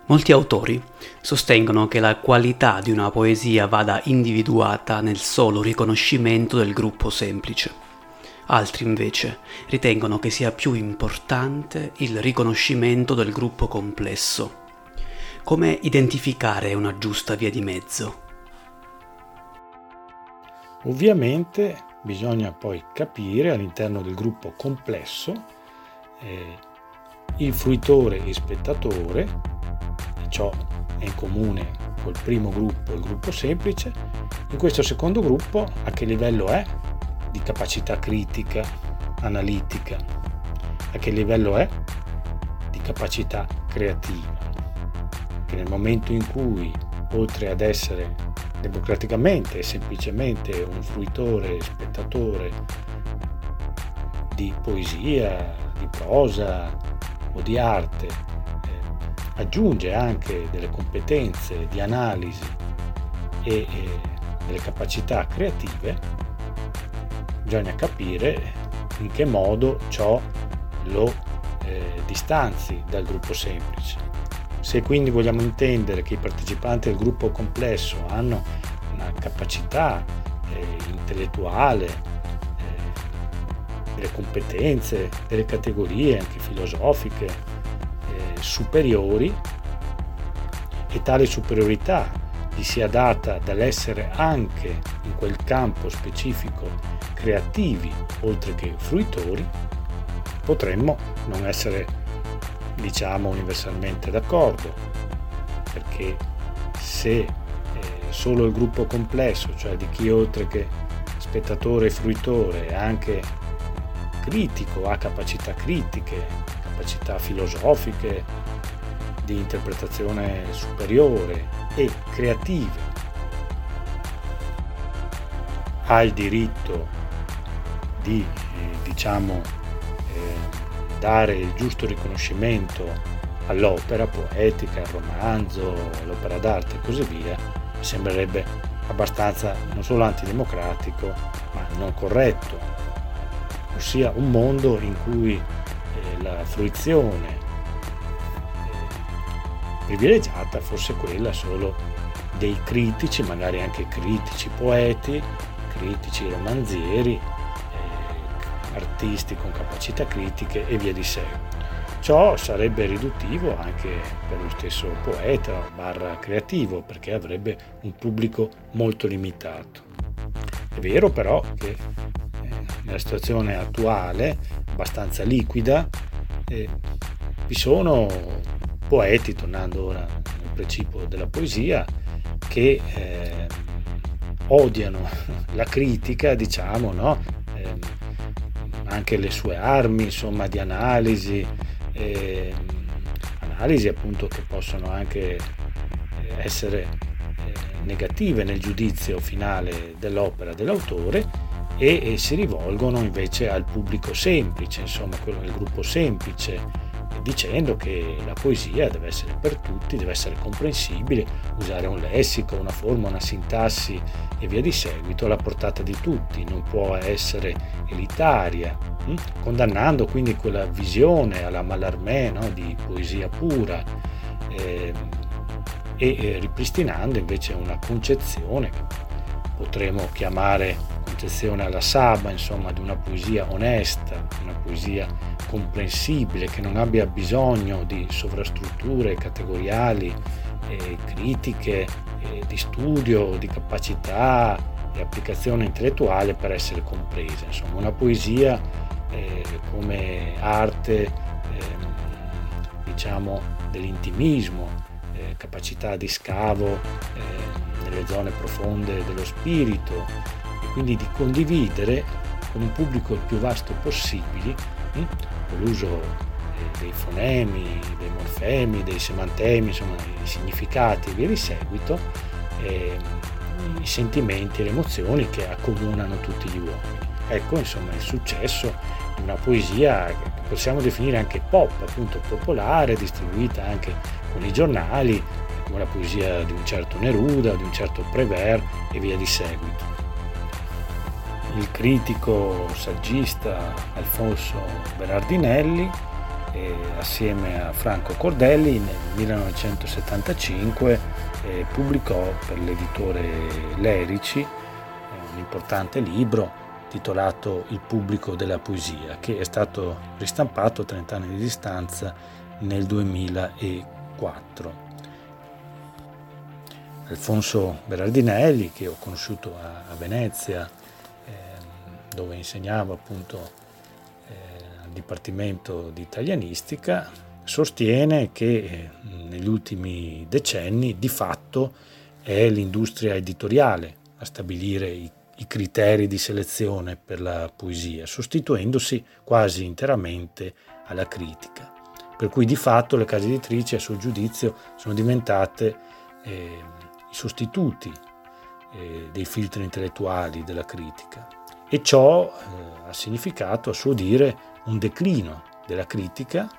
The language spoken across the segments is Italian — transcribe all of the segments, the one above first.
Molti autori sostengono che la qualità di una poesia vada individuata nel solo riconoscimento del gruppo semplice. Altri invece ritengono che sia più importante il riconoscimento del gruppo complesso. Come identificare una giusta via di mezzo? Ovviamente bisogna poi capire all'interno del gruppo complesso il fruitore e il spettatore. Ciò è in comune col primo gruppo, il gruppo semplice. In questo secondo gruppo a che livello è di capacità critica, analitica, a che livello è di capacità creativa, che nel momento in cui, oltre ad essere democraticamente e semplicemente un fruitore e spettatore di poesia, di prosa o di arte, aggiunge anche delle competenze di analisi e delle capacità creative, bisogna capire in che modo ciò lo distanzi dal gruppo semplice. Se quindi vogliamo intendere che i partecipanti del gruppo complesso hanno una capacità intellettuale, delle competenze, delle categorie anche filosofiche superiori, e tale superiorità gli sia data dall'essere anche in quel campo specifico creativi oltre che fruitori, potremmo non essere, universalmente d'accordo, perché se solo il gruppo complesso, cioè di chi oltre che spettatore e fruitore è anche critico, ha capacità critiche, capacità filosofiche, di interpretazione superiore e creative, ha il diritto di dare il giusto riconoscimento all'opera poetica, al romanzo, all'opera d'arte e così via, mi sembrerebbe abbastanza non solo antidemocratico ma non corretto, ossia un mondo in cui la fruizione privilegiata fosse quella solo dei critici, magari anche critici poeti, critici romanzieri, artisti con capacità critiche e via di seguito. Ciò sarebbe riduttivo anche per lo stesso poeta / creativo, perché avrebbe un pubblico molto limitato. È vero però che nella situazione attuale, abbastanza liquida, vi sono poeti, tornando ora al principio della poesia, che odiano la critica, anche le sue armi, di analisi appunto che possono anche essere negative nel giudizio finale dell'opera dell'autore, e si rivolgono invece al pubblico semplice, quello del gruppo semplice, dicendo che la poesia deve essere per tutti, deve essere comprensibile, usare un lessico, una forma, una sintassi e via di seguito alla portata di tutti, non può essere elitaria, condannando quindi quella visione alla Mallarmé, di poesia pura, e ripristinando invece una concezione che potremmo chiamare concezione alla Saba, di una poesia onesta, una poesia comprensibile, che non abbia bisogno di sovrastrutture categoriali, critiche, di studio, di capacità e applicazione intellettuale per essere compresa. Una poesia come arte dell'intimismo, capacità di scavo nelle zone profonde dello spirito, e quindi di condividere con un pubblico il più vasto possibile, con l'uso dei fonemi, dei morfemi, dei semantemi, i significati e via di seguito, i sentimenti e le emozioni che accomunano tutti gli uomini. Ecco, il successo di una poesia che possiamo definire anche pop, appunto popolare, distribuita anche con i giornali, come la poesia di un certo Neruda, di un certo Prévert e via di seguito. Il critico saggista Alfonso Berardinelli assieme a Franco Cordelli nel 1975 pubblicò per l'editore Lerici un importante libro titolato Il pubblico della poesia, che è stato ristampato a 30 anni di distanza nel 2004. Alfonso Berardinelli, che ho conosciuto a Venezia, dove insegnava appunto al Dipartimento di Italianistica, sostiene che negli ultimi decenni di fatto è l'industria editoriale a stabilire i criteri di selezione per la poesia, sostituendosi quasi interamente alla critica. Per cui di fatto le case editrici, a suo giudizio, sono diventate i sostituti dei filtri intellettuali della critica, e ciò ha significato, a suo dire, un declino della critica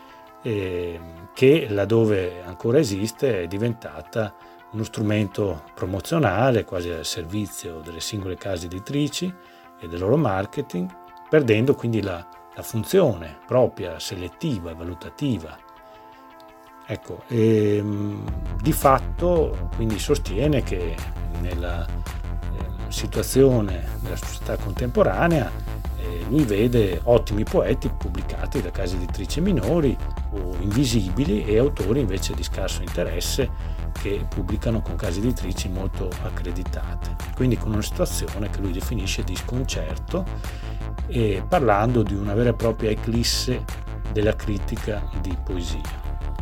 che, laddove ancora esiste, è diventata uno strumento promozionale quasi al servizio delle singole case editrici e del loro marketing, perdendo quindi la funzione propria, selettiva, valutativa. Ecco, di fatto quindi sostiene che nella situazione della società contemporanea lui vede ottimi poeti pubblicati da case editrici minori o invisibili e autori invece di scarso interesse che pubblicano con case editrici molto accreditate, quindi con una situazione che lui definisce di sconcerto, e parlando di una vera e propria eclisse della critica di poesia.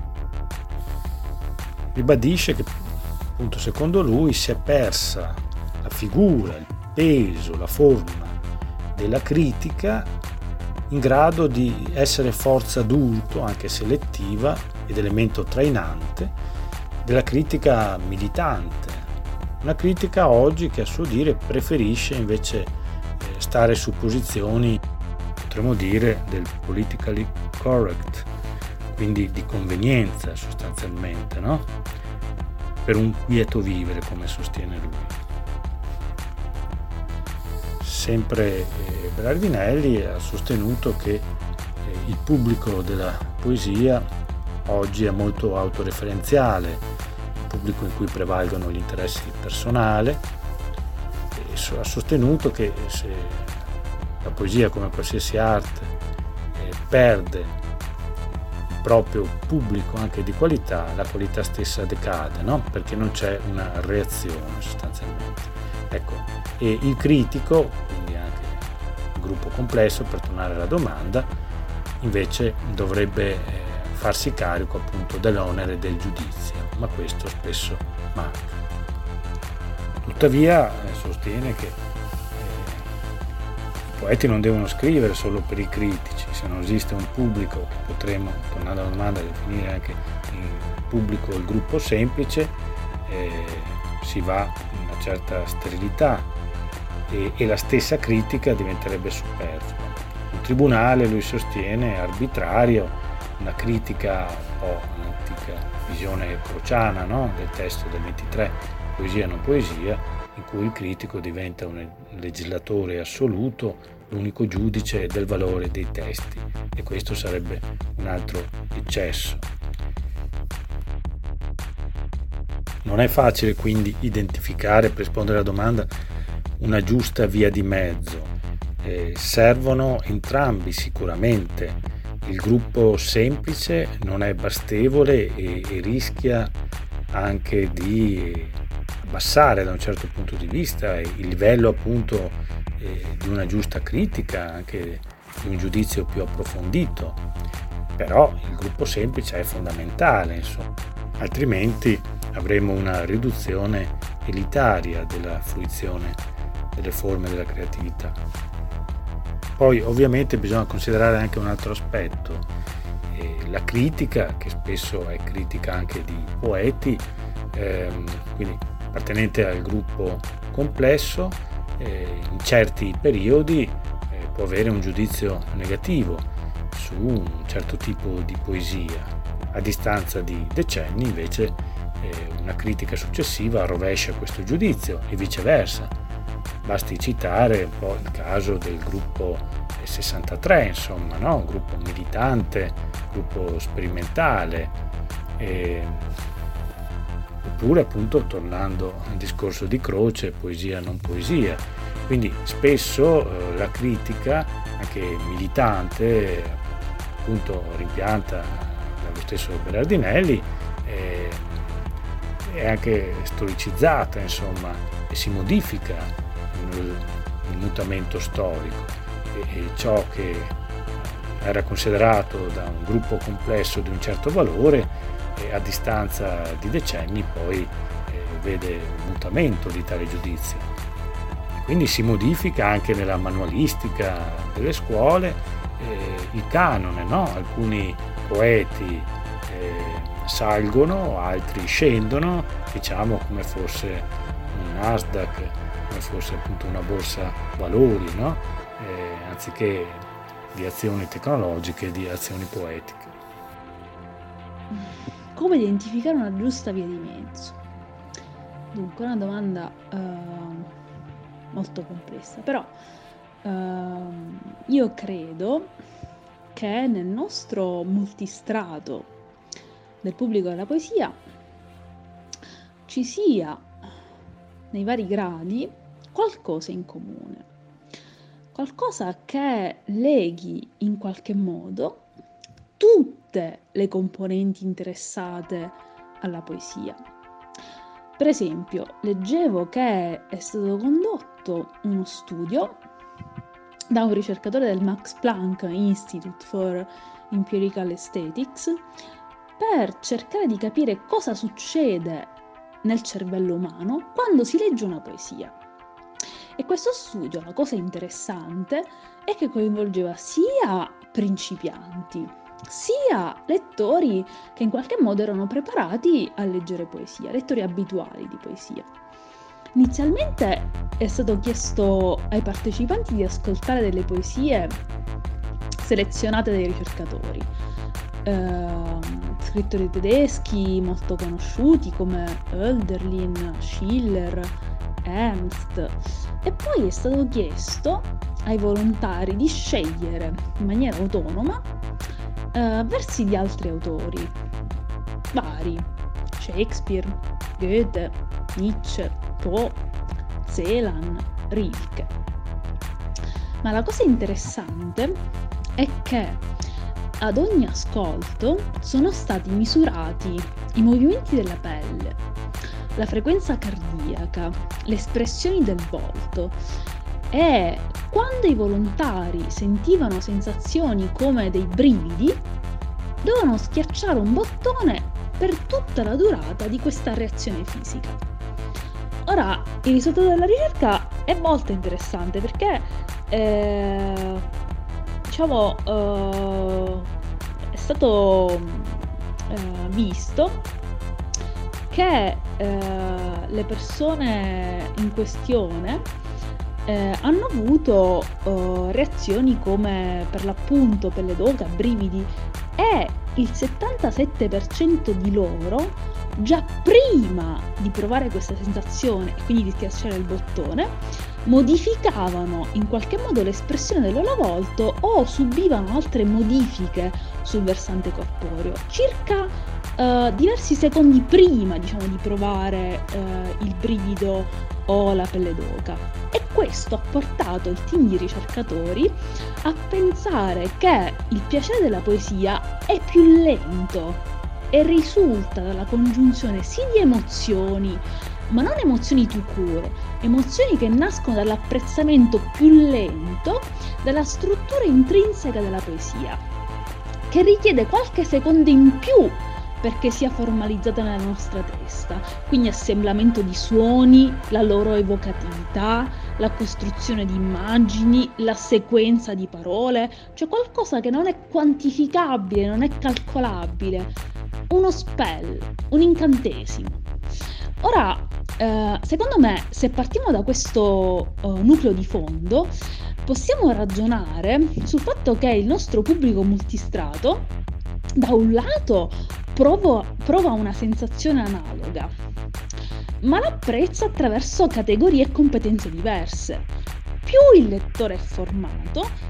Ribadisce che appunto secondo lui si è persa la figura, il peso, la forma della critica in grado di essere forza d'urto, anche selettiva, ed elemento trainante della critica militante. Una critica oggi che, a suo dire, preferisce invece stare su posizioni, potremmo dire, del politically correct, quindi di convenienza sostanzialmente, no? Per un quieto vivere, come sostiene lui. Sempre Berardinelli ha sostenuto che il pubblico della poesia oggi è molto autoreferenziale, un pubblico in cui prevalgono gli interessi personali, e ha sostenuto che se la poesia, come qualsiasi arte, perde il proprio pubblico anche di qualità, la qualità stessa decade, no? Perché non c'è una reazione sostanzialmente. Ecco, e il critico, quindi anche il gruppo complesso, per tornare alla domanda, invece dovrebbe farsi carico appunto dell'onere del giudizio, ma questo spesso manca. Tuttavia sostiene che i poeti non devono scrivere solo per i critici. Se non esiste un pubblico, che potremmo, tornando alla domanda, definire anche il pubblico, il gruppo semplice, si va in una certa sterilità e la stessa critica diventerebbe superflua. Un tribunale, lui sostiene, è arbitrario, una critica un po' un'antica visione crociana, no? Del testo del 23, poesia non poesia, in cui il critico diventa un legislatore assoluto, l'unico giudice del valore dei testi, e questo sarebbe un altro eccesso. Non è facile quindi identificare, per rispondere alla domanda, una giusta via di mezzo. Servono entrambi sicuramente. Il gruppo semplice non è bastevole e rischia anche di abbassare da un certo punto di vista il livello appunto di una giusta critica, anche di un giudizio più approfondito. Però il gruppo semplice è fondamentale, insomma, altrimenti avremo una riduzione elitaria della fruizione delle forme della creatività. Poi ovviamente bisogna considerare anche un altro aspetto, la critica, che spesso è critica anche di poeti, quindi appartenente al gruppo complesso, in certi periodi può avere un giudizio negativo su un certo tipo di poesia. A distanza di decenni invece una critica successiva rovescia questo giudizio e viceversa. Basti citare un po' il caso del gruppo 63, insomma, no? Un gruppo militante, gruppo sperimentale, oppure appunto tornando al discorso di Croce, poesia non poesia. Quindi spesso la critica, anche militante, appunto rimpianta dallo stesso Berardinelli, è anche storicizzata, insomma, e si modifica il mutamento storico, e ciò che era considerato da un gruppo complesso di un certo valore, a distanza di decenni poi vede un mutamento di tale giudizio. Quindi si modifica anche nella manualistica delle scuole il canone, no? Alcuni poeti salgono, altri scendono, diciamo come fosse un Nasdaq, come fosse appunto una borsa valori, no? Anziché di azioni tecnologiche, di azioni poetiche. Come identificare una giusta via di mezzo? Dunque, una domanda molto complessa, però io credo che nel nostro multistrato del pubblico della poesia ci sia, nei vari gradi, qualcosa in comune, qualcosa che leghi in qualche modo tutte le componenti interessate alla poesia. Per esempio, leggevo che è stato condotto uno studio da un ricercatore del Max Planck Institute for Empirical Aesthetics per cercare di capire cosa succede nel cervello umano quando si legge una poesia. E questo studio, la cosa interessante, è che coinvolgeva sia principianti, sia lettori che in qualche modo erano preparati a leggere poesia, lettori abituali di poesia. Inizialmente è stato chiesto ai partecipanti di ascoltare delle poesie selezionate dai ricercatori, scrittori tedeschi molto conosciuti come Hölderlin, Schiller, Ernst, e poi è stato chiesto ai volontari di scegliere in maniera autonoma versi di altri autori vari: Shakespeare, Goethe, Nietzsche, Poe, Celan, Rilke. Ma la cosa interessante è che ad ogni ascolto sono stati misurati i movimenti della pelle, la frequenza cardiaca, le espressioni del volto, e quando i volontari sentivano sensazioni come dei brividi, dovevano schiacciare un bottone per tutta la durata di questa reazione fisica. Ora, il risultato della ricerca è molto interessante perché è stato visto che le persone in questione hanno avuto reazioni come per l'appunto pelle d'oca, brividi, e il 77% di loro già prima di provare questa sensazione e quindi di schiacciare il bottone modificavano in qualche modo l'espressione del loro volto o subivano altre modifiche sul versante corporeo, circa diversi secondi prima, diciamo, di provare il brivido o la pelle d'oca. E questo ha portato il team di ricercatori a pensare che il piacere della poesia è più lento e risulta dalla congiunzione sì di emozioni, ma non emozioni tout court, emozioni che nascono dall'apprezzamento più lento della struttura intrinseca della poesia, che richiede qualche secondo in più perché sia formalizzata nella nostra testa, quindi assemblamento di suoni, la loro evocatività, la costruzione di immagini, la sequenza di parole, cioè qualcosa che non è quantificabile, non è calcolabile, uno spell, un incantesimo. Ora, secondo me, se partiamo da questo nucleo di fondo, possiamo ragionare sul fatto che il nostro pubblico multistrato, da un lato, prova una sensazione analoga, ma l'apprezza attraverso categorie e competenze diverse. Più il lettore è formato, più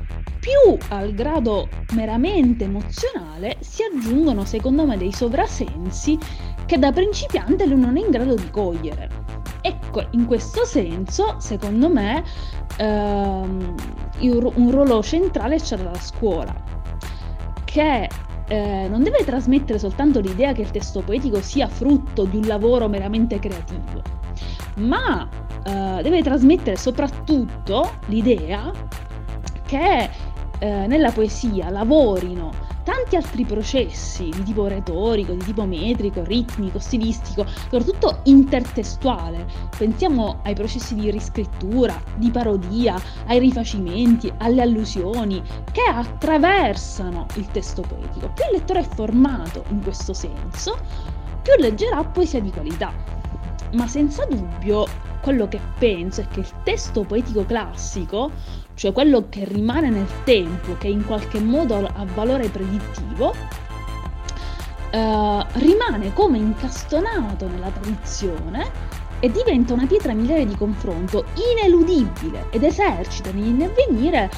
più al grado meramente emozionale si aggiungono, secondo me, dei sovrasensi che da principiante lui non è in grado di cogliere. Ecco, in questo senso, secondo me, un ruolo centrale c'è dalla scuola, che non deve trasmettere soltanto l'idea che il testo poetico sia frutto di un lavoro meramente creativo, ma deve trasmettere soprattutto l'idea che nella poesia lavorino tanti altri processi di tipo retorico, di tipo metrico, ritmico, stilistico, soprattutto intertestuale. Pensiamo ai processi di riscrittura, di parodia, ai rifacimenti, alle allusioni che attraversano il testo poetico. Più il lettore è formato in questo senso, più leggerà poesia di qualità. Ma senza dubbio quello che penso è che il testo poetico classico, cioè quello che rimane nel tempo, che in qualche modo ha valore predittivo, rimane come incastonato nella tradizione e diventa una pietra miliare di confronto ineludibile ed esercita nell'avvenire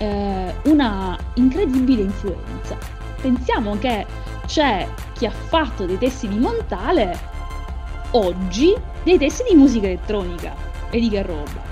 una incredibile influenza. Pensiamo che c'è chi ha fatto dei testi di Montale oggi dei testi di musica elettronica e di che roba.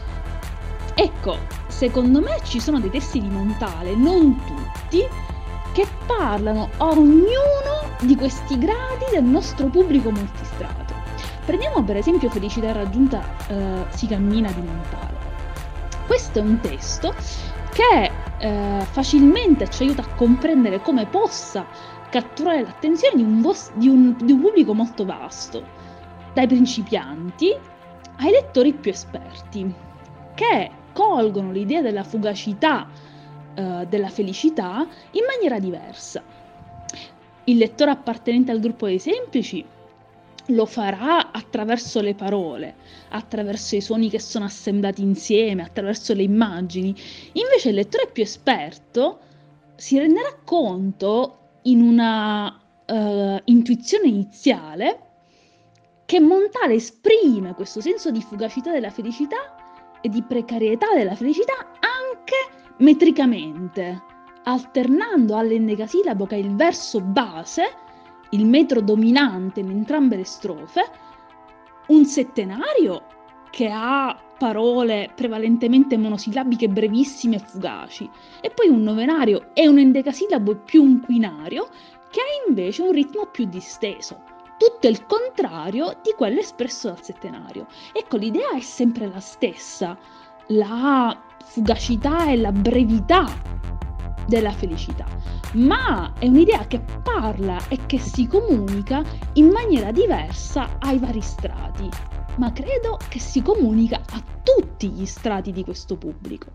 Ecco, secondo me ci sono dei testi di Montale, non tutti, che parlano a ognuno di questi gradi del nostro pubblico multistrato. Prendiamo per esempio Felicità raggiunta, si cammina di Montale. Questo è un testo che facilmente ci aiuta a comprendere come possa catturare l'attenzione di un pubblico molto vasto, dai principianti ai lettori più esperti, che colgono l'idea della fugacità della felicità in maniera diversa. Il lettore appartenente al gruppo dei semplici lo farà attraverso le parole, attraverso i suoni che sono assemblati insieme, attraverso le immagini. Invece il lettore più esperto si renderà conto in una intuizione iniziale che Montale esprime questo senso di fugacità della felicità e di precarietà della felicità anche metricamente, alternando all'endecasillabo, che è il verso base, il metro dominante in entrambe le strofe, un settenario che ha parole prevalentemente monosillabiche brevissime e fugaci, e poi un novenario e un endecasillabo più un quinario che ha invece un ritmo più disteso. Tutto il contrario di quello espresso dal settenario. Ecco, l'idea è sempre la stessa, la fugacità e la brevità della felicità, ma è un'idea che parla e che si comunica in maniera diversa ai vari strati, ma credo che si comunica a tutti gli strati di questo pubblico.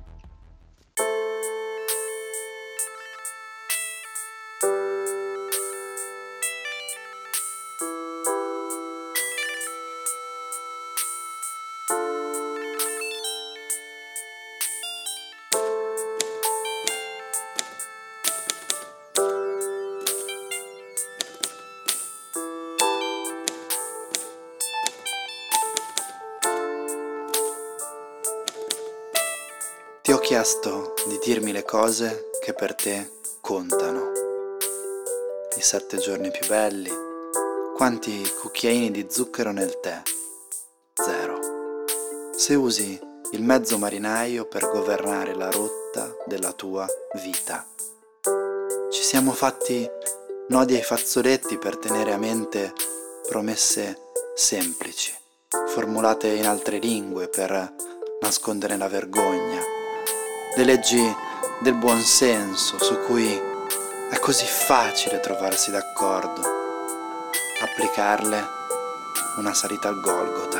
Ti ho chiesto di dirmi le cose che per te contano. I 7 giorni più belli, quanti cucchiaini di zucchero nel tè? 0. Se usi il mezzo marinaio per governare la rotta della tua vita. Ci siamo fatti nodi ai fazzoletti per tenere a mente promesse semplici, formulate in altre lingue per nascondere la vergogna. Le leggi del buon senso su cui è così facile trovarsi d'accordo. Applicarle una salita al Golgota.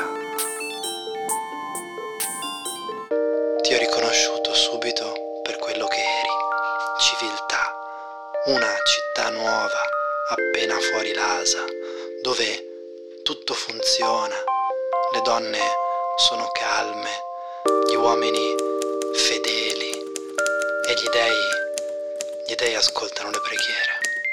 Ti ho riconosciuto subito per quello che eri. Civiltà. Una città nuova, appena fuori l'asa, dove tutto funziona. Le donne sono calme, gli uomini fedeli. E gli dei ascoltano le preghiere.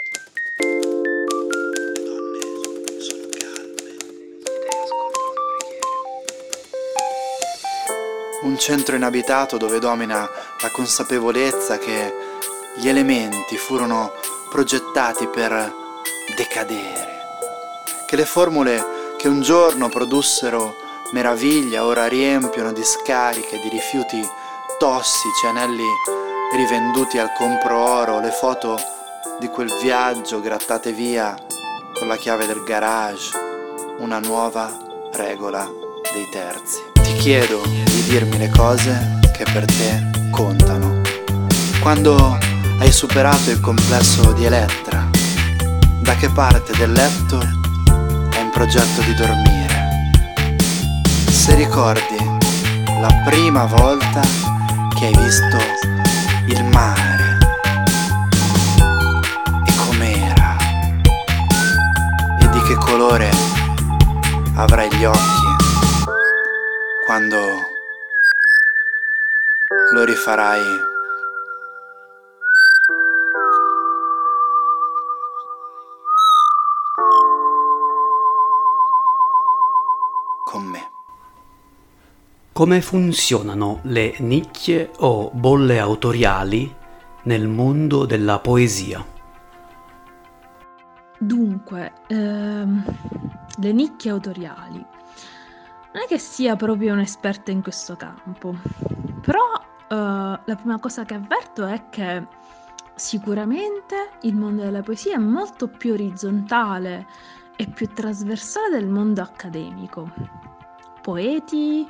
Le donne sono calme, gli dei ascoltano le preghiere. Un centro inabitato dove domina la consapevolezza che gli elementi furono progettati per decadere, che le formule che un giorno produssero meraviglia ora riempiono di scariche, di rifiuti tossici, anelli rivenduti al compro oro, le foto di quel viaggio grattate via con la chiave del garage, una nuova regola dei terzi. Ti chiedo di dirmi le cose che per te contano. Quando hai superato il complesso di Elettra, da che parte del letto è in progetto di dormire? Se ricordi la prima volta che hai visto il mare e com'era e di che colore avrai gli occhi quando lo rifarai con me. Come funzionano le nicchie o bolle autoriali nel mondo della poesia? Dunque, le nicchie autoriali. Non è che sia proprio un'esperta in questo campo, però la prima cosa che avverto è che sicuramente il mondo della poesia è molto più orizzontale e più trasversale del mondo accademico. Poeti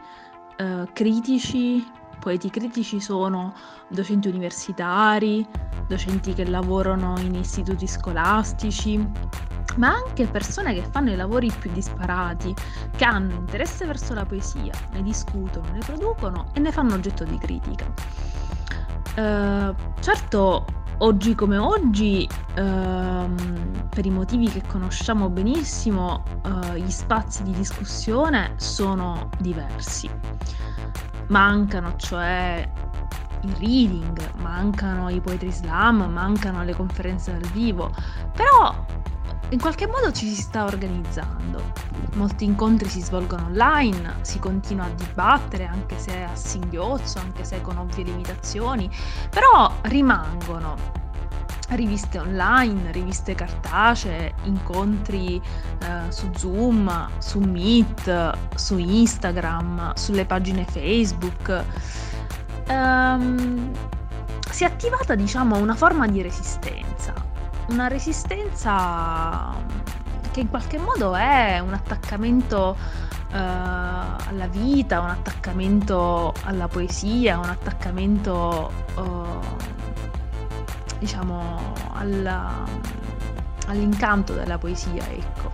critici sono docenti universitari, docenti che lavorano in istituti scolastici, ma anche persone che fanno i lavori più disparati, che hanno interesse verso la poesia, ne discutono, ne producono e ne fanno oggetto di critica. Certo, oggi come oggi, per i motivi che conosciamo benissimo, gli spazi di discussione sono diversi. Mancano cioè i reading, mancano i poetry slam, mancano le conferenze dal vivo, però in qualche modo ci si sta organizzando. Molti incontri si svolgono online, si continua a dibattere anche se a singhiozzo, anche se con ovvie limitazioni, però rimangono riviste online, riviste cartacee, incontri su Zoom, su Meet, su Instagram, sulle pagine Facebook. Si è attivata, diciamo, una forma di resistenza. Una resistenza che in qualche modo è un attaccamento alla vita, un attaccamento alla poesia, un attaccamento diciamo all'incanto della poesia, ecco.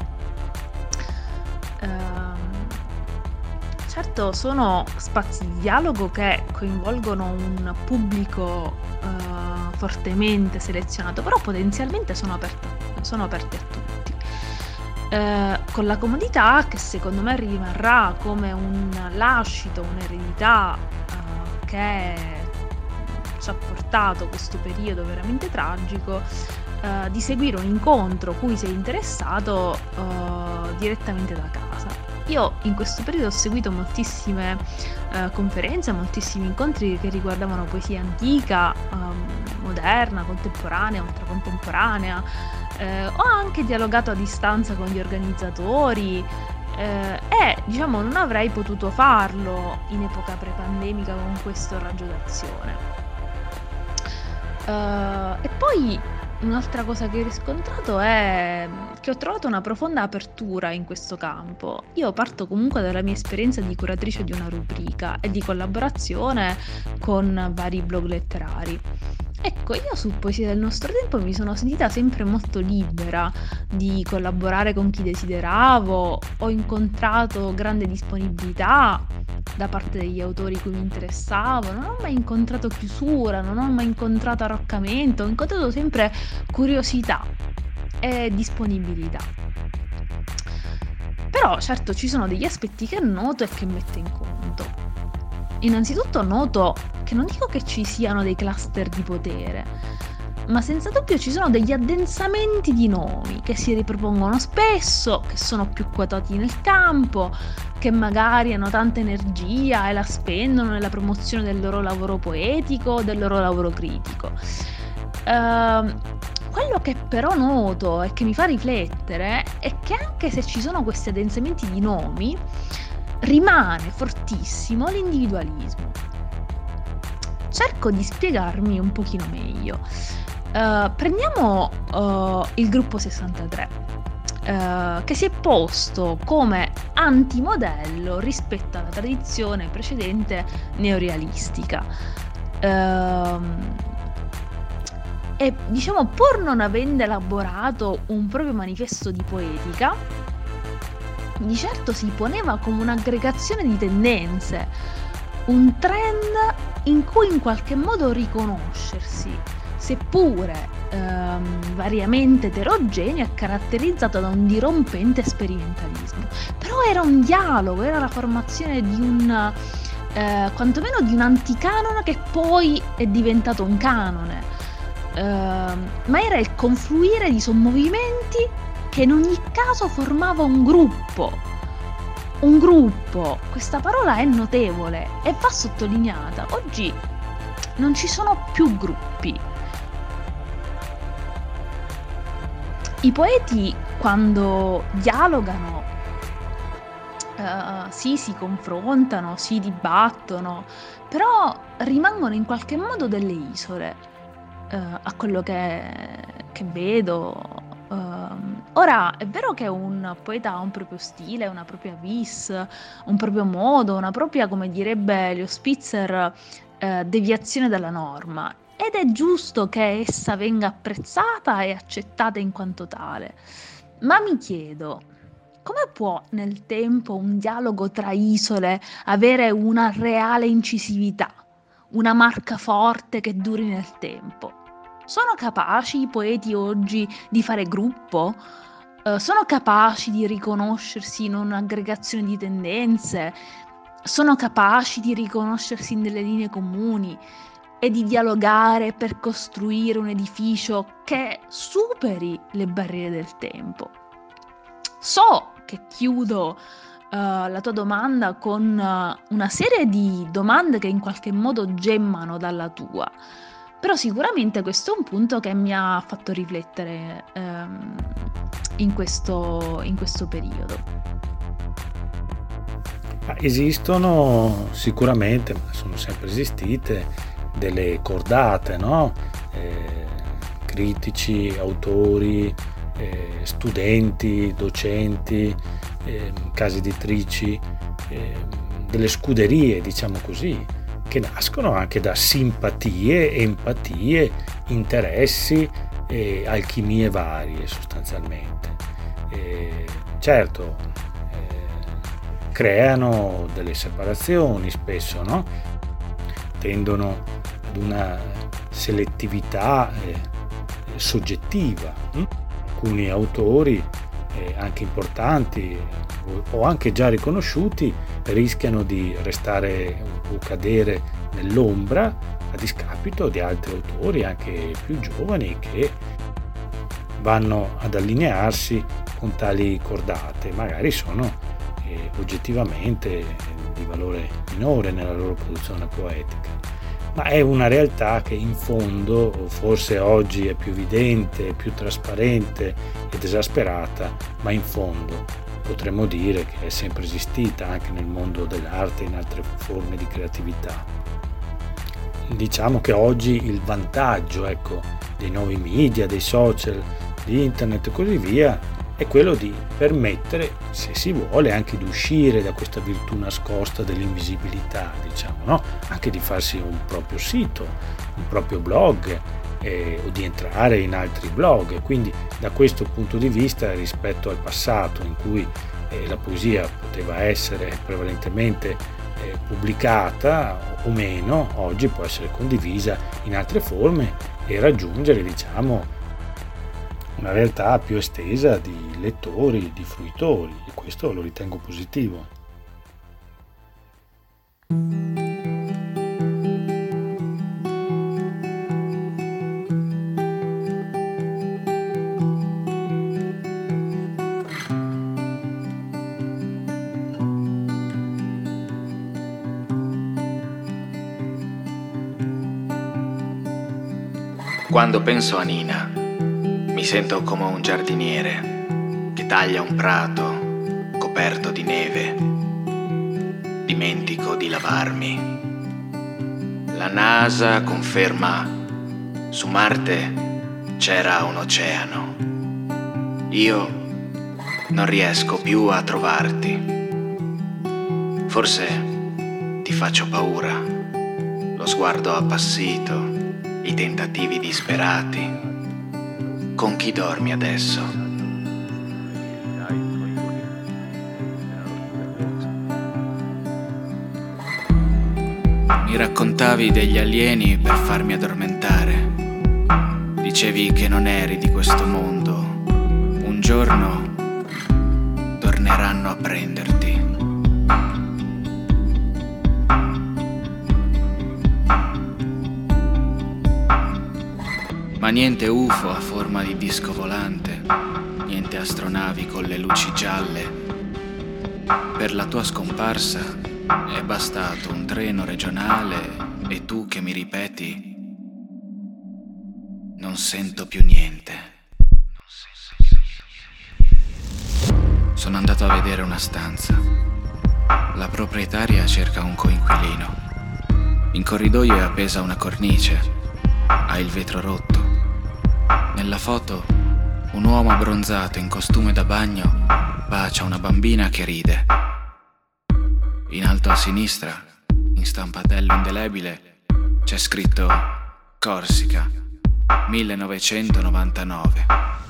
Certo, sono spazi di dialogo che coinvolgono un pubblico fortemente selezionato, però potenzialmente sono aperte a tutti, con la comodità che secondo me rimarrà come un lascito, un'eredità che ci ha portato questo periodo veramente tragico, di seguire un incontro cui sei interessato direttamente da casa. Io in questo periodo ho seguito moltissime conferenze, moltissimi incontri che riguardavano poesia antica, moderna, contemporanea, ultracontemporanea. Ho anche dialogato a distanza con gli organizzatori e diciamo non avrei potuto farlo in epoca pre-pandemica con questo raggio d'azione. E poi un'altra cosa che ho riscontrato è che ho trovato una profonda apertura in questo campo. Io parto comunque dalla mia esperienza di curatrice di una rubrica e di collaborazione con vari blog letterari. Ecco, io su Poesia del nostro tempo mi sono sentita sempre molto libera di collaborare con chi desideravo, ho incontrato grande disponibilità da parte degli autori cui mi interessavo, non ho mai incontrato chiusura, non ho mai incontrato arroccamento, ho incontrato sempre curiosità e disponibilità. Però certo ci sono degli aspetti che noto e che metto in conto. Innanzitutto noto che non dico che ci siano dei cluster di potere, ma senza dubbio ci sono degli addensamenti di nomi che si ripropongono spesso, che sono più quotati nel campo, che magari hanno tanta energia e la spendono nella promozione del loro lavoro poetico, del loro lavoro critico. Quello che però noto e che mi fa riflettere è che anche se ci sono questi addensamenti di nomi, rimane fortissimo l'individualismo. Cerco di spiegarmi un pochino meglio. Prendiamo il gruppo 63, che si è posto come antimodello rispetto alla tradizione precedente neorealistica. E diciamo, pur non avendo elaborato un proprio manifesto di poetica, di certo si poneva come un'aggregazione di tendenze, un trend in cui in qualche modo riconoscersi, seppure variamente eterogeneo e caratterizzato da un dirompente sperimentalismo. Però era un dialogo, era la formazione di un quantomeno di un anticanone che poi è diventato un canone, ma era il confluire di sommovimenti che in ogni caso formava un gruppo. Un gruppo, questa parola è notevole e va sottolineata. Oggi non ci sono più gruppi. I poeti, quando dialogano, sì, si confrontano, si dibattono, però rimangono in qualche modo delle isole, a quello che vedo. Ora, è vero che un poeta ha un proprio stile, una propria vis, un proprio modo, una propria, come direbbe Leo Spitzer, deviazione dalla norma, ed è giusto che essa venga apprezzata e accettata in quanto tale. Ma mi chiedo, come può nel tempo un dialogo tra isole avere una reale incisività, una marca forte che duri nel tempo? Sono capaci i poeti oggi di fare gruppo? Sono capaci di riconoscersi in un'aggregazione di tendenze? Sono capaci di riconoscersi in delle linee comuni e di dialogare per costruire un edificio che superi le barriere del tempo? So che chiudo la tua domanda con una serie di domande che in qualche modo gemmano dalla tua, però sicuramente questo è un punto che mi ha fatto riflettere in questo periodo. Esistono sicuramente, ma sono sempre esistite, delle cordate, no? Critici, autori, studenti, docenti, case editrici, delle scuderie, diciamo così, che nascono anche da simpatie, empatie, interessi e alchimie varie sostanzialmente. Certo, creano delle separazioni spesso, no? Tendono ad una selettività soggettiva. Alcuni autori anche importanti o anche già riconosciuti rischiano di restare o cadere nell'ombra a discapito di altri autori anche più giovani che vanno ad allinearsi con tali cordate, magari sono oggettivamente di valore minore nella loro produzione poetica, ma è una realtà che in fondo forse oggi è più evidente, più trasparente ed esasperata, ma in fondo potremmo dire che è sempre esistita anche nel mondo dell'arte e in altre forme di creatività. Diciamo che oggi il vantaggio, dei nuovi media, dei social, di internet e così via, è quello di permettere, se si vuole, anche di uscire da questa virtù nascosta dell'invisibilità, diciamo, no? Anche di farsi un proprio sito, un proprio blog, o di entrare in altri blog. E quindi da questo punto di vista, rispetto al passato in cui la poesia poteva essere prevalentemente pubblicata o meno, oggi può essere condivisa in altre forme e raggiungere, diciamo, una realtà più estesa di lettori, di fruitori, e questo lo ritengo positivo. Quando penso a Nina, mi sento come un giardiniere che taglia un prato coperto di neve. Dimentico di lavarmi. La NASA conferma: su Marte c'era un oceano. Io non riesco più a trovarti. Forse ti faccio paura, lo sguardo appassito, i tentativi disperati. Con chi dormi adesso? Mi raccontavi degli alieni per farmi addormentare. Dicevi che non eri di questo mondo. Un giorno torneranno a prenderti. Ma niente UFO a forma di disco volante, niente astronavi con le luci gialle. Per la tua scomparsa è bastato un treno regionale e tu che mi ripeti: non sento più niente. Sono andato a vedere una stanza. La proprietaria cerca un coinquilino. In corridoio è appesa una cornice. Ha il vetro rotto. Nella foto un uomo abbronzato in costume da bagno bacia una bambina che ride. In alto a sinistra, in stampatello indelebile, c'è scritto Corsica, 1999.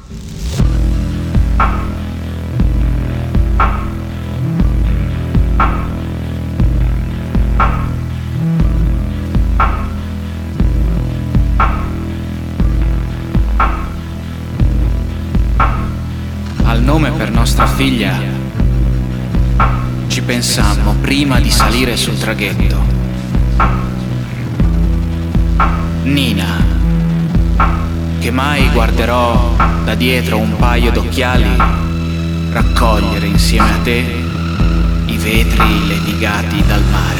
Al nome per nostra figlia ci pensammo prima di salire sul traghetto. Nina, che mai guarderò da dietro un paio d'occhiali raccogliere insieme a te i vetri levigati dal mare.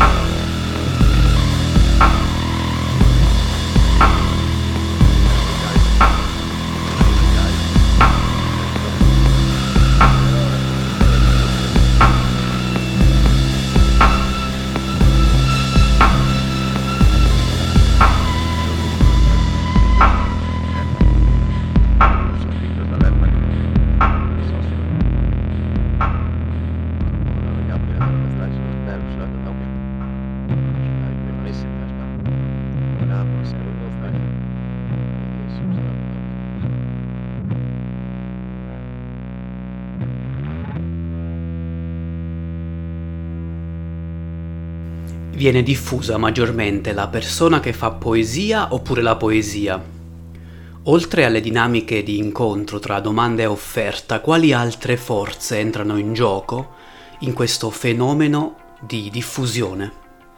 Viene diffusa maggiormente la persona che fa poesia oppure la poesia? Oltre alle dinamiche di incontro tra domanda e offerta, quali altre forze entrano in gioco in questo fenomeno di diffusione?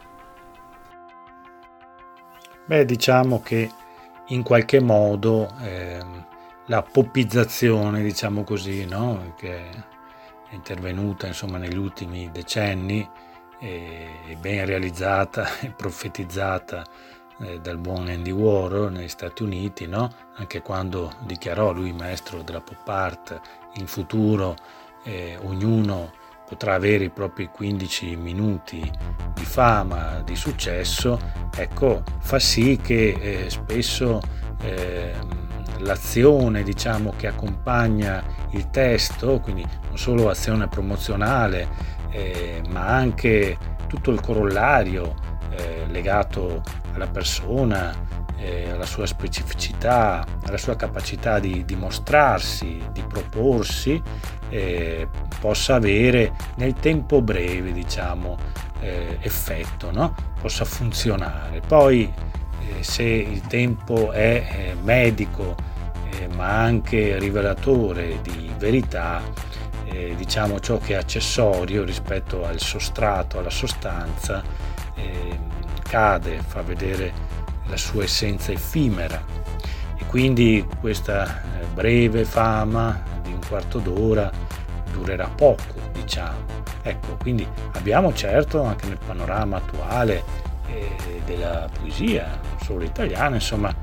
Beh, diciamo che in qualche modo la popizzazione, diciamo così, no? Che è intervenuta insomma negli ultimi decenni, è ben realizzata e profetizzata dal buon Andy Warhol negli Stati Uniti, no? Anche quando dichiarò, lui maestro della pop art, in futuro ognuno potrà avere i propri 15 minuti di fama, di successo. Ecco, fa sì che spesso l'azione, diciamo, che accompagna il testo, quindi non solo azione promozionale, ma anche tutto il corollario legato alla persona, alla sua specificità, alla sua capacità di mostrarsi, di proporsi, possa avere nel tempo breve, diciamo, effetto, no? Possa funzionare. Poi se il tempo è medico, ma anche rivelatore di verità, diciamo ciò che è accessorio rispetto al sostrato, alla sostanza, cade, fa vedere la sua essenza effimera, e quindi questa breve fama di un quarto d'ora durerà poco, diciamo. Ecco, quindi abbiamo certo anche nel panorama attuale della poesia, non solo italiana, insomma,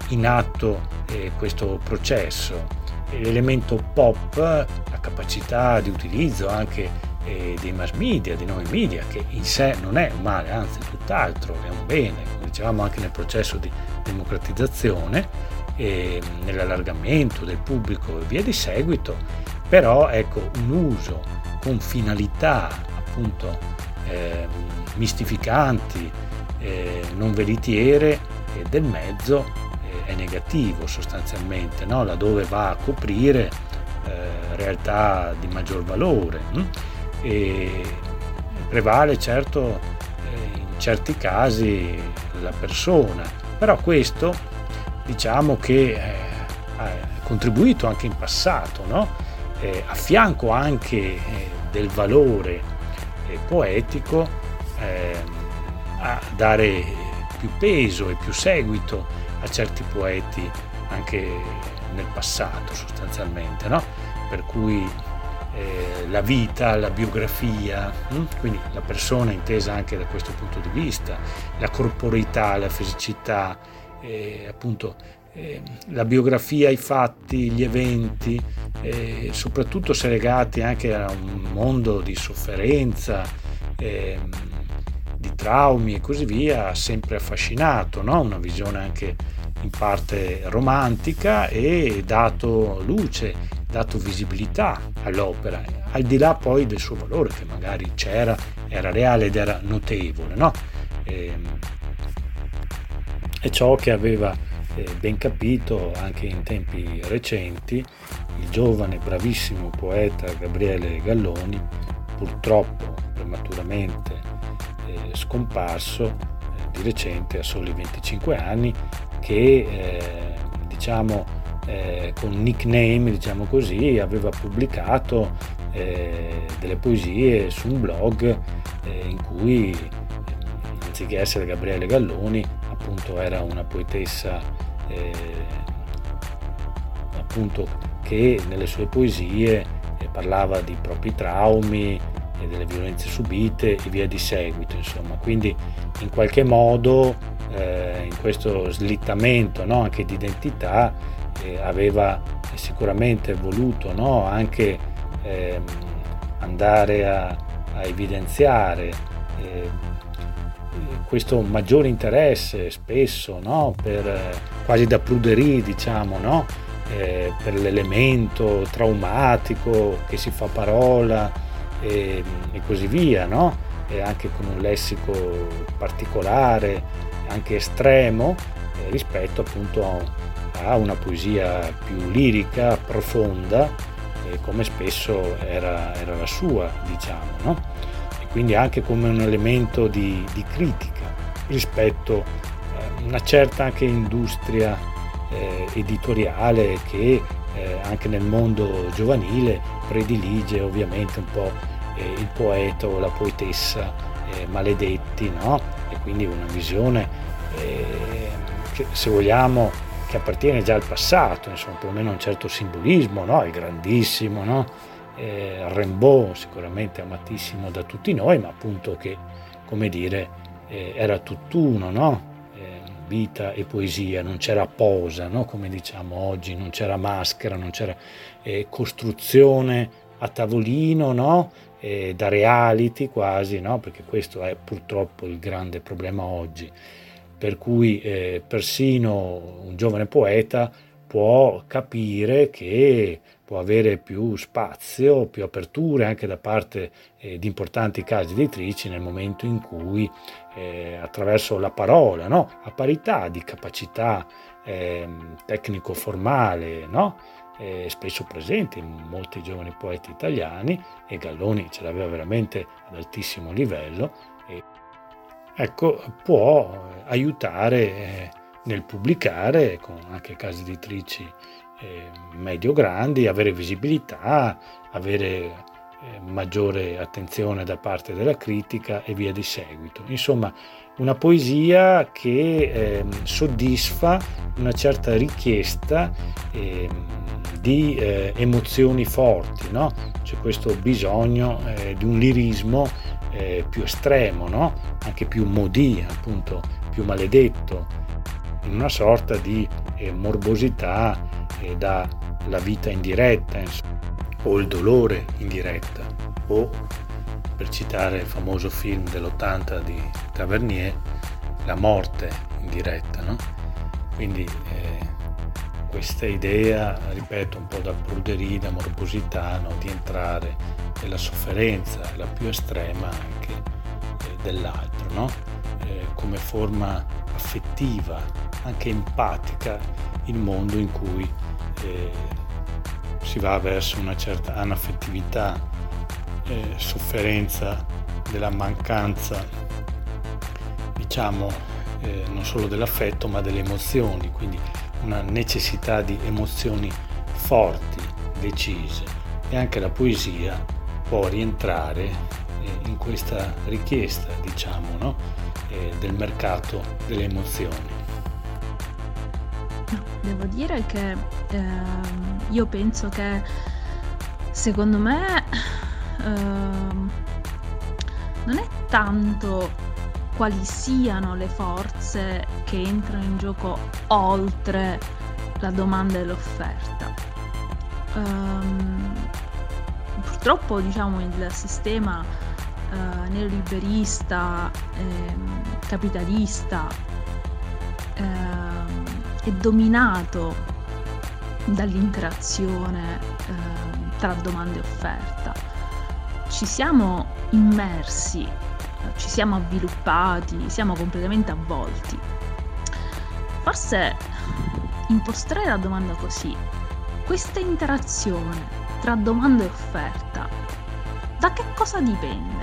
in atto questo processo. L'elemento pop, la capacità di utilizzo anche dei mass media, dei nuovi media, che in sé non è un male, anzi tutt'altro è un bene, come dicevamo anche nel processo di democratizzazione, nell'allargamento del pubblico e via di seguito, però ecco, un uso con finalità appunto mistificanti, non veritiere del mezzo è negativo sostanzialmente, no? Laddove va a coprire realtà di maggior valore, e prevale certo in certi casi la persona, però questo diciamo che ha contribuito anche in passato, no? A fianco anche del valore poetico, a dare più peso e più seguito a certi poeti anche nel passato sostanzialmente, no? Per cui la vita, la biografia, quindi la persona intesa anche da questo punto di vista, la corporeità, la fisicità, appunto la biografia, i fatti, gli eventi, soprattutto se legati anche a un mondo di sofferenza, di traumi e così via, ha sempre affascinato, no? Una visione anche in parte romantica e dato luce, dato visibilità all'opera, al di là poi del suo valore che magari c'era, era reale ed era notevole, no? È ciò che aveva ben capito anche in tempi recenti il giovane bravissimo poeta Gabriele Galloni, purtroppo prematuramente scomparso di recente a soli 25 anni, che con nickname, diciamo così, aveva pubblicato delle poesie su un blog in cui anziché essere Gabriele Galloni appunto era una poetessa appunto che nelle sue poesie parlava di propri traumi e delle violenze subite e via di seguito, insomma. Quindi in qualche modo in questo slittamento, no, anche di identità aveva sicuramente voluto, no, anche andare a evidenziare questo maggiore interesse spesso, no, per quasi da pruderie, diciamo, no, per l'elemento traumatico che si fa parola e così via, no, e anche con un lessico particolare, anche estremo, rispetto appunto a una poesia più lirica, profonda, come spesso era la sua, diciamo, no? E quindi anche come un elemento di critica rispetto a una certa anche industria editoriale che anche nel mondo giovanile predilige ovviamente un po' il poeta o la poetessa maledetti, no? E quindi una visione che, se vogliamo, che appartiene già al passato, insomma, perlomeno un certo simbolismo, no? Il grandissimo, no? Rimbaud, sicuramente amatissimo da tutti noi, ma appunto che, come dire, era tutt'uno, no? Vita e poesia, non c'era posa, no? Come diciamo oggi, non c'era maschera, non c'era costruzione a tavolino, no? Da reality quasi, no? Perché questo è purtroppo il grande problema oggi, per cui persino un giovane poeta può capire che può avere più spazio, più aperture anche da parte di importanti case editrici nel momento in cui attraverso la parola, no? A parità di capacità tecnico-formale, no? Spesso presente in molti giovani poeti italiani, e Galloni ce l'aveva veramente ad altissimo livello, e ecco, può aiutare nel pubblicare con anche case editrici medio-grandi, avere visibilità, avere maggiore attenzione da parte della critica e via di seguito. Insomma, una poesia che soddisfa una certa richiesta di emozioni forti, no? C'è questo bisogno di un lirismo più estremo, no? Anche più maudit, appunto, più maledetto. in una sorta di morbosità dalla vita in diretta, insomma, o il dolore in diretta, o, per citare il famoso film dell'80 di Tavernier, la morte in diretta, no? Quindi questa idea, ripeto, un po' da pruderia, da morbosità, no? Di entrare nella sofferenza, la più estrema anche dell'altro, no? Come forma affettiva, anche empatica, il mondo in cui si va verso una certa anaffettività, sofferenza della mancanza, diciamo, non solo dell'affetto ma delle emozioni, quindi una necessità di emozioni forti, decise, e anche la poesia può rientrare in questa richiesta, diciamo, no? Del mercato delle emozioni. Devo dire che io penso che, secondo me, non è tanto quali siano le forze che entrano in gioco oltre la domanda e l'offerta. Purtroppo, diciamo, il sistema neoliberista, capitalista, è dominato dall'interazione tra domanda e offerta. Ci siamo immersi, ci siamo avviluppati, siamo completamente avvolti. Forse impostare la domanda così, questa interazione tra domanda e offerta, da che cosa dipende?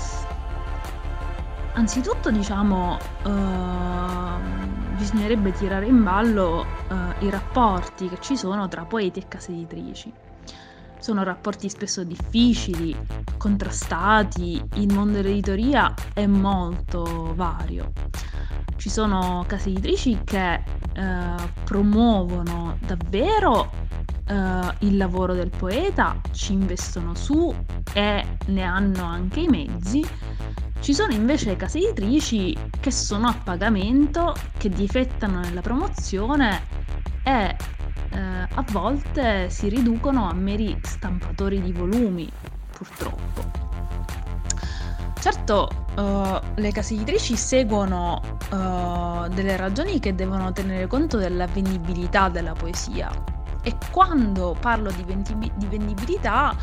Anzitutto, diciamo, bisognerebbe tirare in ballo i rapporti che ci sono tra poeti e case editrici. Sono rapporti spesso difficili, contrastati, il mondo dell'editoria è molto vario. Ci sono case editrici che promuovono davvero il lavoro del poeta, ci investono su e ne hanno anche i mezzi. Ci sono invece case editrici che sono a pagamento, che difettano nella promozione e a volte si riducono a meri stampatori di volumi, purtroppo. Certo, le case editrici seguono delle ragioni che devono tenere conto della vendibilità della poesia, e quando parlo di vendibilità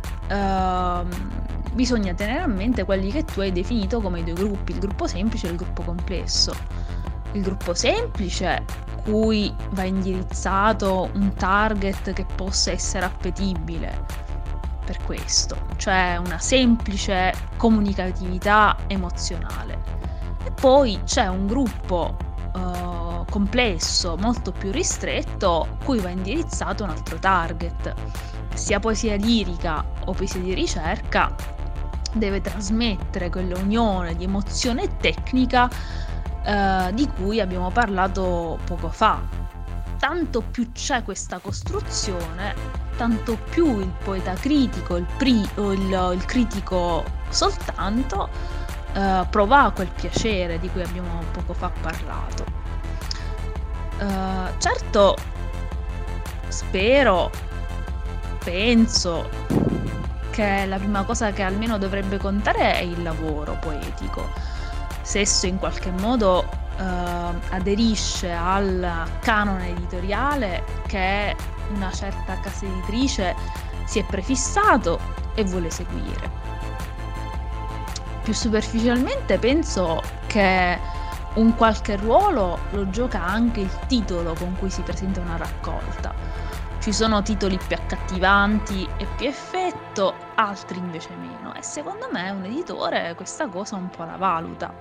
bisogna tenere a mente quelli che tu hai definito come i due gruppi, il gruppo semplice e il gruppo complesso. Il gruppo semplice, cui va indirizzato un target che possa essere appetibile per questo, cioè una semplice comunicatività emozionale. E poi c'è un gruppo complesso, molto più ristretto, cui va indirizzato un altro target. Sia poesia lirica o poesia di ricerca deve trasmettere quell'unione di emozione e tecnica di cui abbiamo parlato poco fa. Tanto più c'è questa costruzione, tanto più il poeta critico, il critico soltanto, prova quel piacere di cui abbiamo poco fa parlato. Certo, penso che la prima cosa che almeno dovrebbe contare è il lavoro poetico. Se esso in qualche modo aderisce al canone editoriale che una certa casa editrice si è prefissato e vuole seguire. Più superficialmente penso che un qualche ruolo lo gioca anche il titolo con cui si presenta una raccolta. Ci sono titoli più accattivanti e più effetto, altri invece meno, e secondo me un editore questa cosa un po' la valuta.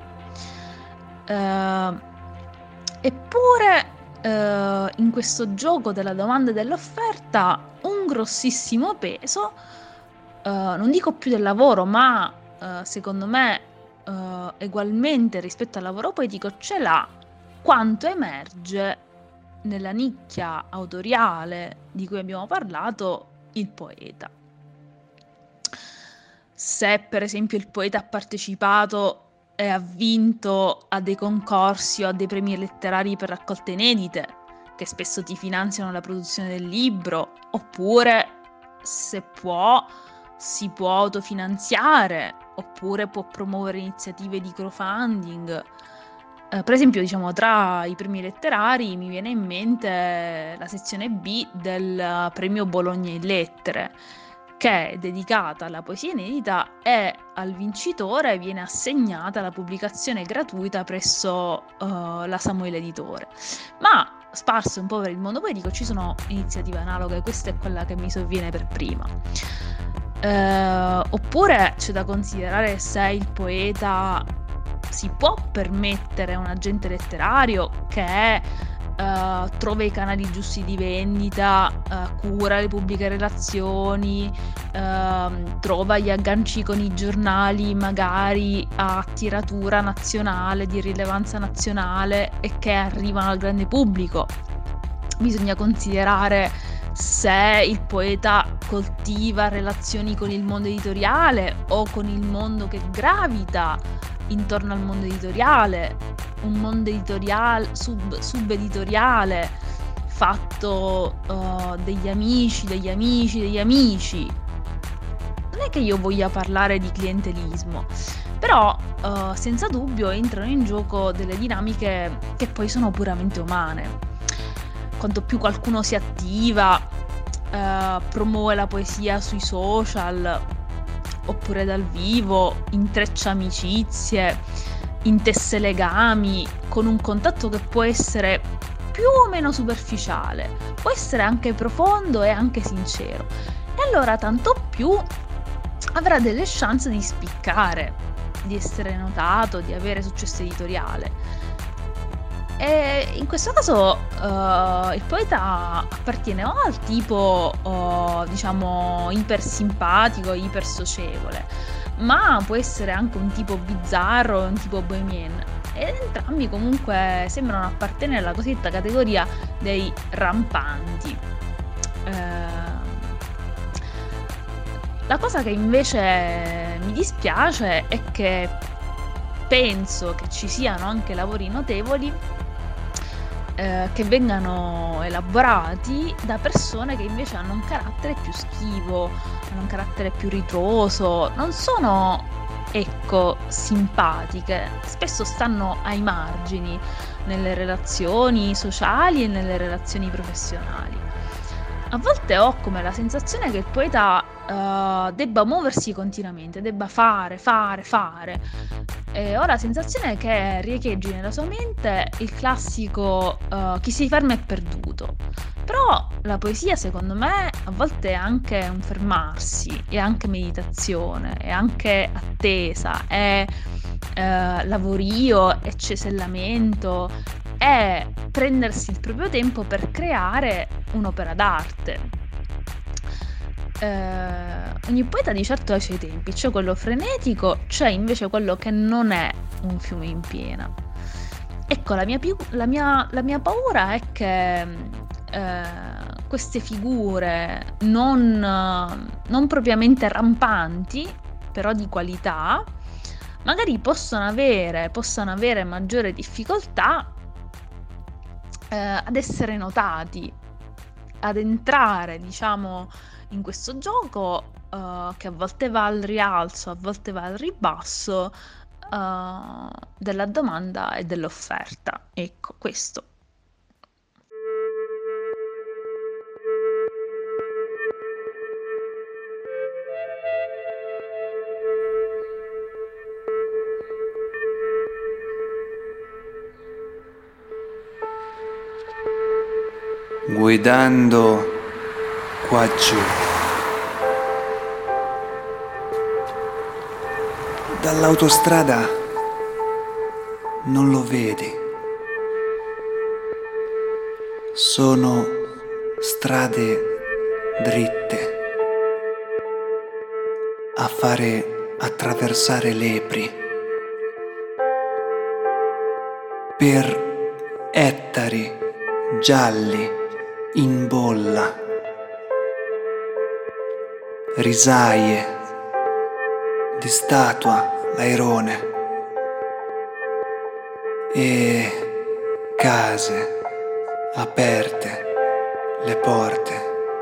Eppure in questo gioco della domanda e dell'offerta un grossissimo peso, non dico più del lavoro, ma secondo me egualmente rispetto al lavoro poetico ce l'ha quanto emerge nella nicchia autoriale di cui abbiamo parlato, il poeta. Se per esempio il poeta ha partecipato e ha vinto a dei concorsi o a dei premi letterari per raccolte inedite, che spesso ti finanziano la produzione del libro, oppure, se può, si può autofinanziare, oppure può promuovere iniziative di crowdfunding. Per esempio, diciamo, tra i premi letterari mi viene in mente la sezione B del premio Bologna in Lettere, che è dedicata alla poesia inedita, e al vincitore viene assegnata la pubblicazione gratuita presso la Samuele Editore. Ma sparse un po' per il mondo poetico ci sono iniziative analoghe, questa è quella che mi sovviene per prima. Oppure c'è da considerare se il poeta si può permettere un agente letterario che trova i canali giusti di vendita, cura le pubbliche relazioni, trova gli agganci con i giornali magari a tiratura nazionale, di rilevanza nazionale, e che arrivano al grande pubblico. Bisogna considerare se il poeta coltiva relazioni con il mondo editoriale o con il mondo che gravita intorno al mondo editoriale, un mondo editoriale, subeditoriale, fatto degli amici. Non è che io voglia parlare di clientelismo, però senza dubbio entrano in gioco delle dinamiche che poi sono puramente umane. Quanto più qualcuno si attiva, promuove la poesia sui social oppure dal vivo, intreccia amicizie, intesse legami con un contatto che può essere più o meno superficiale, può essere anche profondo e anche sincero, e allora tanto più avrà delle chance di spiccare, di essere notato, di avere successo editoriale. E in questo caso il poeta appartiene o al tipo diciamo ipersimpatico, ipersocievole, ma può essere anche un tipo bizzarro, un tipo bohemian, ed entrambi comunque sembrano appartenere alla cosiddetta categoria dei rampanti. La cosa che invece mi dispiace è che penso che ci siano anche lavori notevoli che vengano elaborati da persone che invece hanno un carattere più schivo, hanno un carattere più ritroso, non sono, simpatiche, spesso stanno ai margini nelle relazioni sociali e nelle relazioni professionali. A volte ho come la sensazione che il poeta debba muoversi continuamente, debba fare. E ho la sensazione che riecheggi nella sua mente il classico chi si ferma è perduto. Però la poesia, secondo me, a volte è anche un fermarsi, è anche meditazione, è anche attesa, è lavorio, è cesellamento, è prendersi il proprio tempo per creare un'opera d'arte. Ogni poeta di certo ha i suoi tempi, c'è quello frenetico, c'è invece quello che non è un fiume in piena. Ecco, la mia paura è che queste figure non propriamente rampanti, però di qualità, magari possano avere maggiore difficoltà ad essere notati, ad entrare, diciamo, in questo gioco che a volte va al rialzo, a volte va al ribasso della domanda e dell'offerta. Ecco, questo. Guidando qua giù, dall'autostrada non lo vedi, sono strade dritte a fare attraversare lepri per ettari gialli in bolla, risaie di statua l'airone e case aperte, le porte,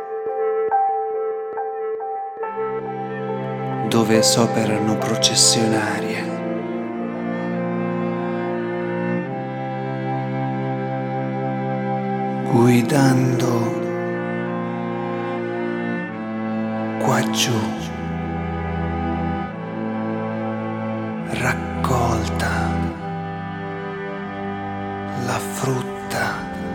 dove s'operano processionarie. Guidando qua giù, raccolta la frutta,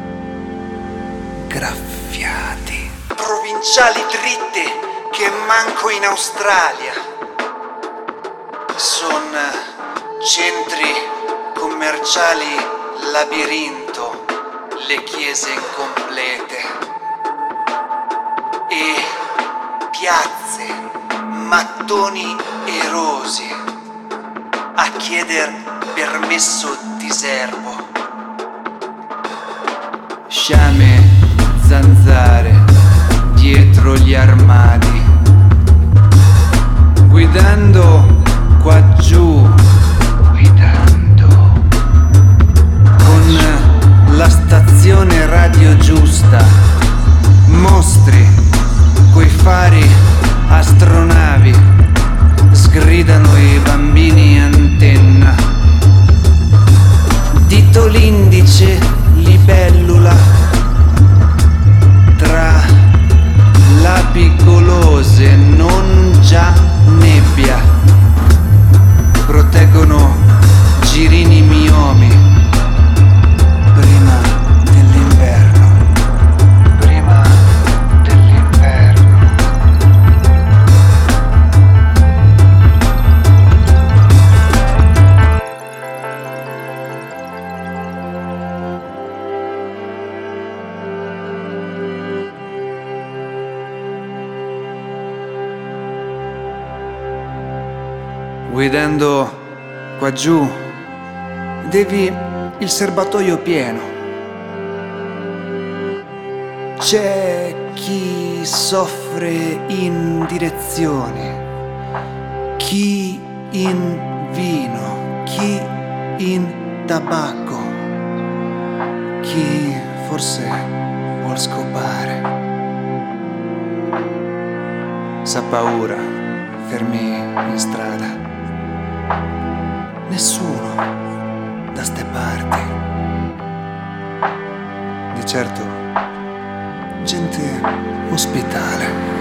graffiati, provinciali dritte che manco in Australia. Son centri commerciali labirinto, le chiese incomplete e piazze, mattoni erosi a chieder permesso di servo. Sciame, zanzare dietro gli armadi, guidando qua giù, guidando con la stazione radio giusta, mostri coi fari astronavi, sgridano i bambini antenna, dito l'indice libellula tra lapi golose, non già nebbia, proteggono girini miomi prima dell'inverno, prima dell'inverno. Guidando qua giù, devi il serbatoio pieno. C'è chi soffre in direzioni, chi in vino, chi in tabacco, chi forse vuol scopare. S'ha paura, fermi in strada. Nessuno da ste parti. Di certo, gente ospitale.